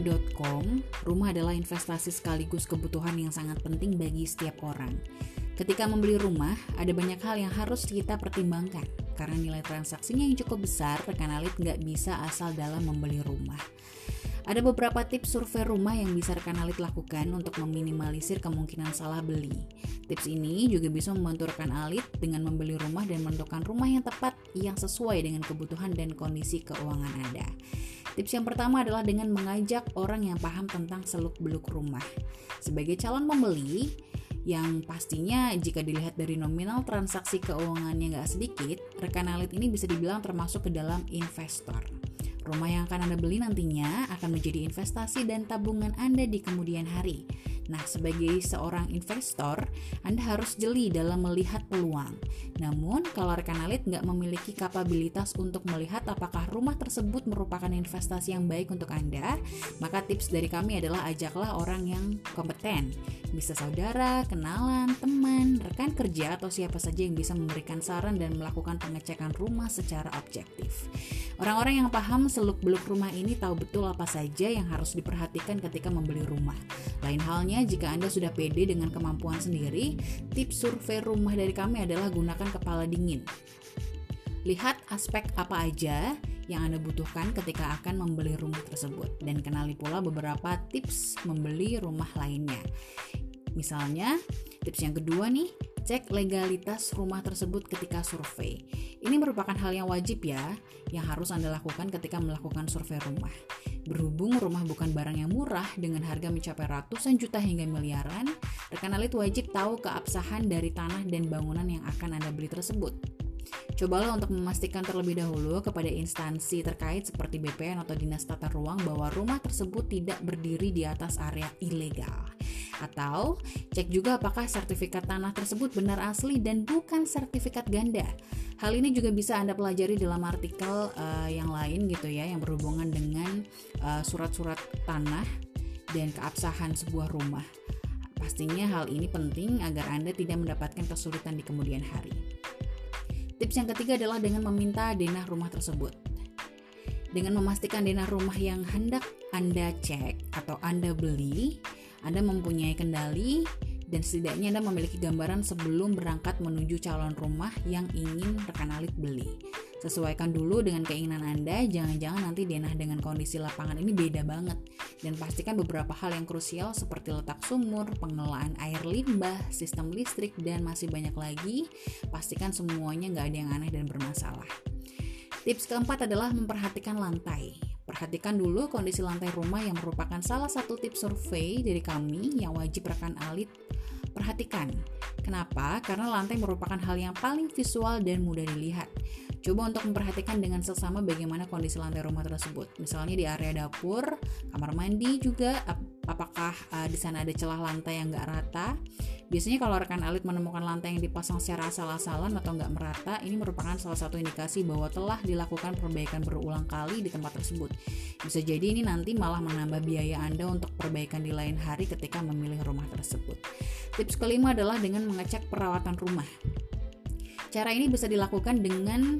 Detik.com, rumah adalah investasi sekaligus kebutuhan yang sangat penting bagi setiap orang. Ketika membeli rumah, ada banyak hal yang harus kita pertimbangkan. Karena nilai transaksinya yang cukup besar, rekan Alit nggak bisa asal dalam membeli rumah. Ada beberapa tips survei rumah yang bisa rekan Alit lakukan untuk meminimalisir kemungkinan salah beli. Tips ini juga bisa membantu rekan Alit dengan membeli rumah dan menentukan rumah yang tepat yang sesuai dengan kebutuhan dan kondisi keuangan Anda. Tips yang pertama adalah dengan mengajak orang yang paham tentang seluk-beluk rumah. Sebagai calon pembeli, yang pastinya jika dilihat dari nominal transaksi keuangannya nggak sedikit, rekan Alit ini bisa dibilang termasuk ke dalam investor. Rumah yang akan Anda beli nantinya akan menjadi investasi dan tabungan Anda di kemudian hari. Nah, sebagai seorang investor, Anda harus jeli dalam melihat peluang. Namun, kalau rekan Alit nggak memiliki kapabilitas untuk melihat apakah rumah tersebut merupakan investasi yang baik untuk Anda, maka tips dari kami adalah ajaklah orang yang kompeten. Bisa saudara, kenalan, teman, rekan kerja, atau siapa saja yang bisa memberikan saran dan melakukan pengecekan rumah secara objektif. Orang-orang yang paham seluk-beluk rumah ini tahu betul apa saja yang harus diperhatikan ketika membeli rumah. Lain halnya jika Anda sudah pede dengan kemampuan sendiri, tips survei rumah dari kami adalah gunakan kepala dingin. Lihat aspek apa aja yang Anda butuhkan ketika akan membeli rumah tersebut dan kenali pula beberapa tips membeli rumah lainnya. Misalnya, tips yang kedua nih, cek legalitas rumah tersebut ketika survei. Ini merupakan hal yang wajib ya, yang harus Anda lakukan ketika melakukan survei rumah. Berhubung rumah bukan barang yang murah dengan harga mencapai ratusan juta hingga miliaran, rekan Alit wajib tahu keabsahan dari tanah dan bangunan yang akan Anda beli tersebut. Cobalah untuk memastikan terlebih dahulu kepada instansi terkait seperti BPN atau Dinas Tata Ruang bahwa rumah tersebut tidak berdiri di atas area ilegal. Atau cek juga apakah sertifikat tanah tersebut benar asli dan bukan sertifikat ganda. Hal ini juga bisa Anda pelajari dalam artikel yang lain gitu ya, yang berhubungan dengan surat-surat tanah dan keabsahan sebuah rumah. Pastinya hal ini penting agar Anda tidak mendapatkan kesulitan di kemudian hari. Tips yang ketiga adalah dengan meminta denah rumah tersebut. Dengan memastikan denah rumah yang hendak Anda cek atau Anda beli, Anda mempunyai kendali dan setidaknya Anda memiliki gambaran sebelum berangkat menuju calon rumah yang ingin rekan Alit beli. Sesuaikan dulu dengan keinginan Anda, jangan-jangan nanti denah dengan kondisi lapangan ini beda banget. Dan pastikan beberapa hal yang krusial seperti letak sumur, pengelolaan air limbah, sistem listrik, dan masih banyak lagi. Pastikan semuanya nggak ada yang aneh dan bermasalah. Tips keempat adalah memperhatikan lantai. Perhatikan dulu kondisi lantai rumah yang merupakan salah satu tips survei dari kami yang wajib rekan Alit perhatikan. Kenapa? Karena lantai merupakan hal yang paling visual dan mudah dilihat. Coba untuk memperhatikan dengan seksama bagaimana kondisi lantai rumah tersebut. Misalnya di area dapur, kamar mandi juga, apakah di sana ada celah lantai yang nggak rata. Biasanya kalau rekan Alit menemukan lantai yang dipasang secara asal-asalan atau nggak merata, ini merupakan salah satu indikasi bahwa telah dilakukan perbaikan berulang kali di tempat tersebut. Bisa jadi ini nanti malah menambah biaya Anda untuk perbaikan di lain hari ketika memilih rumah tersebut. Tips kelima adalah dengan mengecek perawatan rumah. Cara ini bisa dilakukan dengan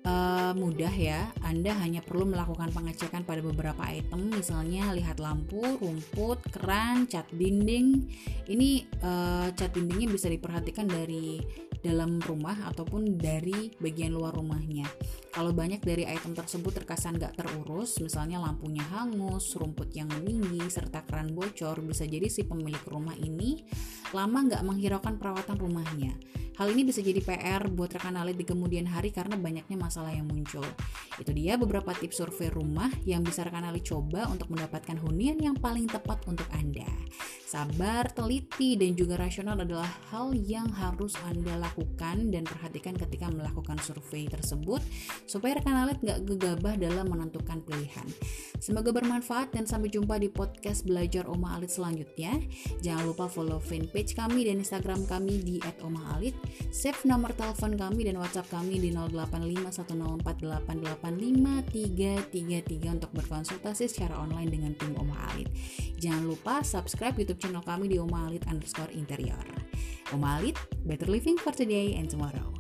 mudah ya. Anda hanya perlu melakukan pengecekan pada beberapa item, misalnya lihat lampu, rumput, keran, cat dinding. Ini cat dindingnya bisa diperhatikan dari dalam rumah ataupun dari bagian luar rumahnya. Kalau banyak dari item tersebut terkesan gak terurus, misalnya lampunya hangus, rumput yang meninggi, serta keran bocor, bisa jadi si pemilik rumah ini lama gak menghiraukan perawatan rumahnya. Hal ini bisa jadi PR buat rekan Alit di kemudian hari karena banyaknya masalah yang muncul. Itu dia beberapa tips survei rumah yang bisa rekan Alit coba untuk mendapatkan hunian yang paling tepat untuk Anda. Sabar, teliti, dan juga rasional adalah hal yang harus Anda lakukan dan perhatikan ketika melakukan survei tersebut supaya rekan Alit gak gegabah dalam menentukan pilihan. Semoga bermanfaat dan sampai jumpa di podcast Belajar Oma Alit selanjutnya. Jangan lupa follow fanpage kami dan Instagram kami di @omaalit. Save nomor telepon kami dan WhatsApp kami di 085104885333 untuk berkonsultasi secara online dengan tim Oma Alit. Jangan lupa subscribe YouTube channel kami di omaalit_interior. Oma Alit, better living for today and tomorrow.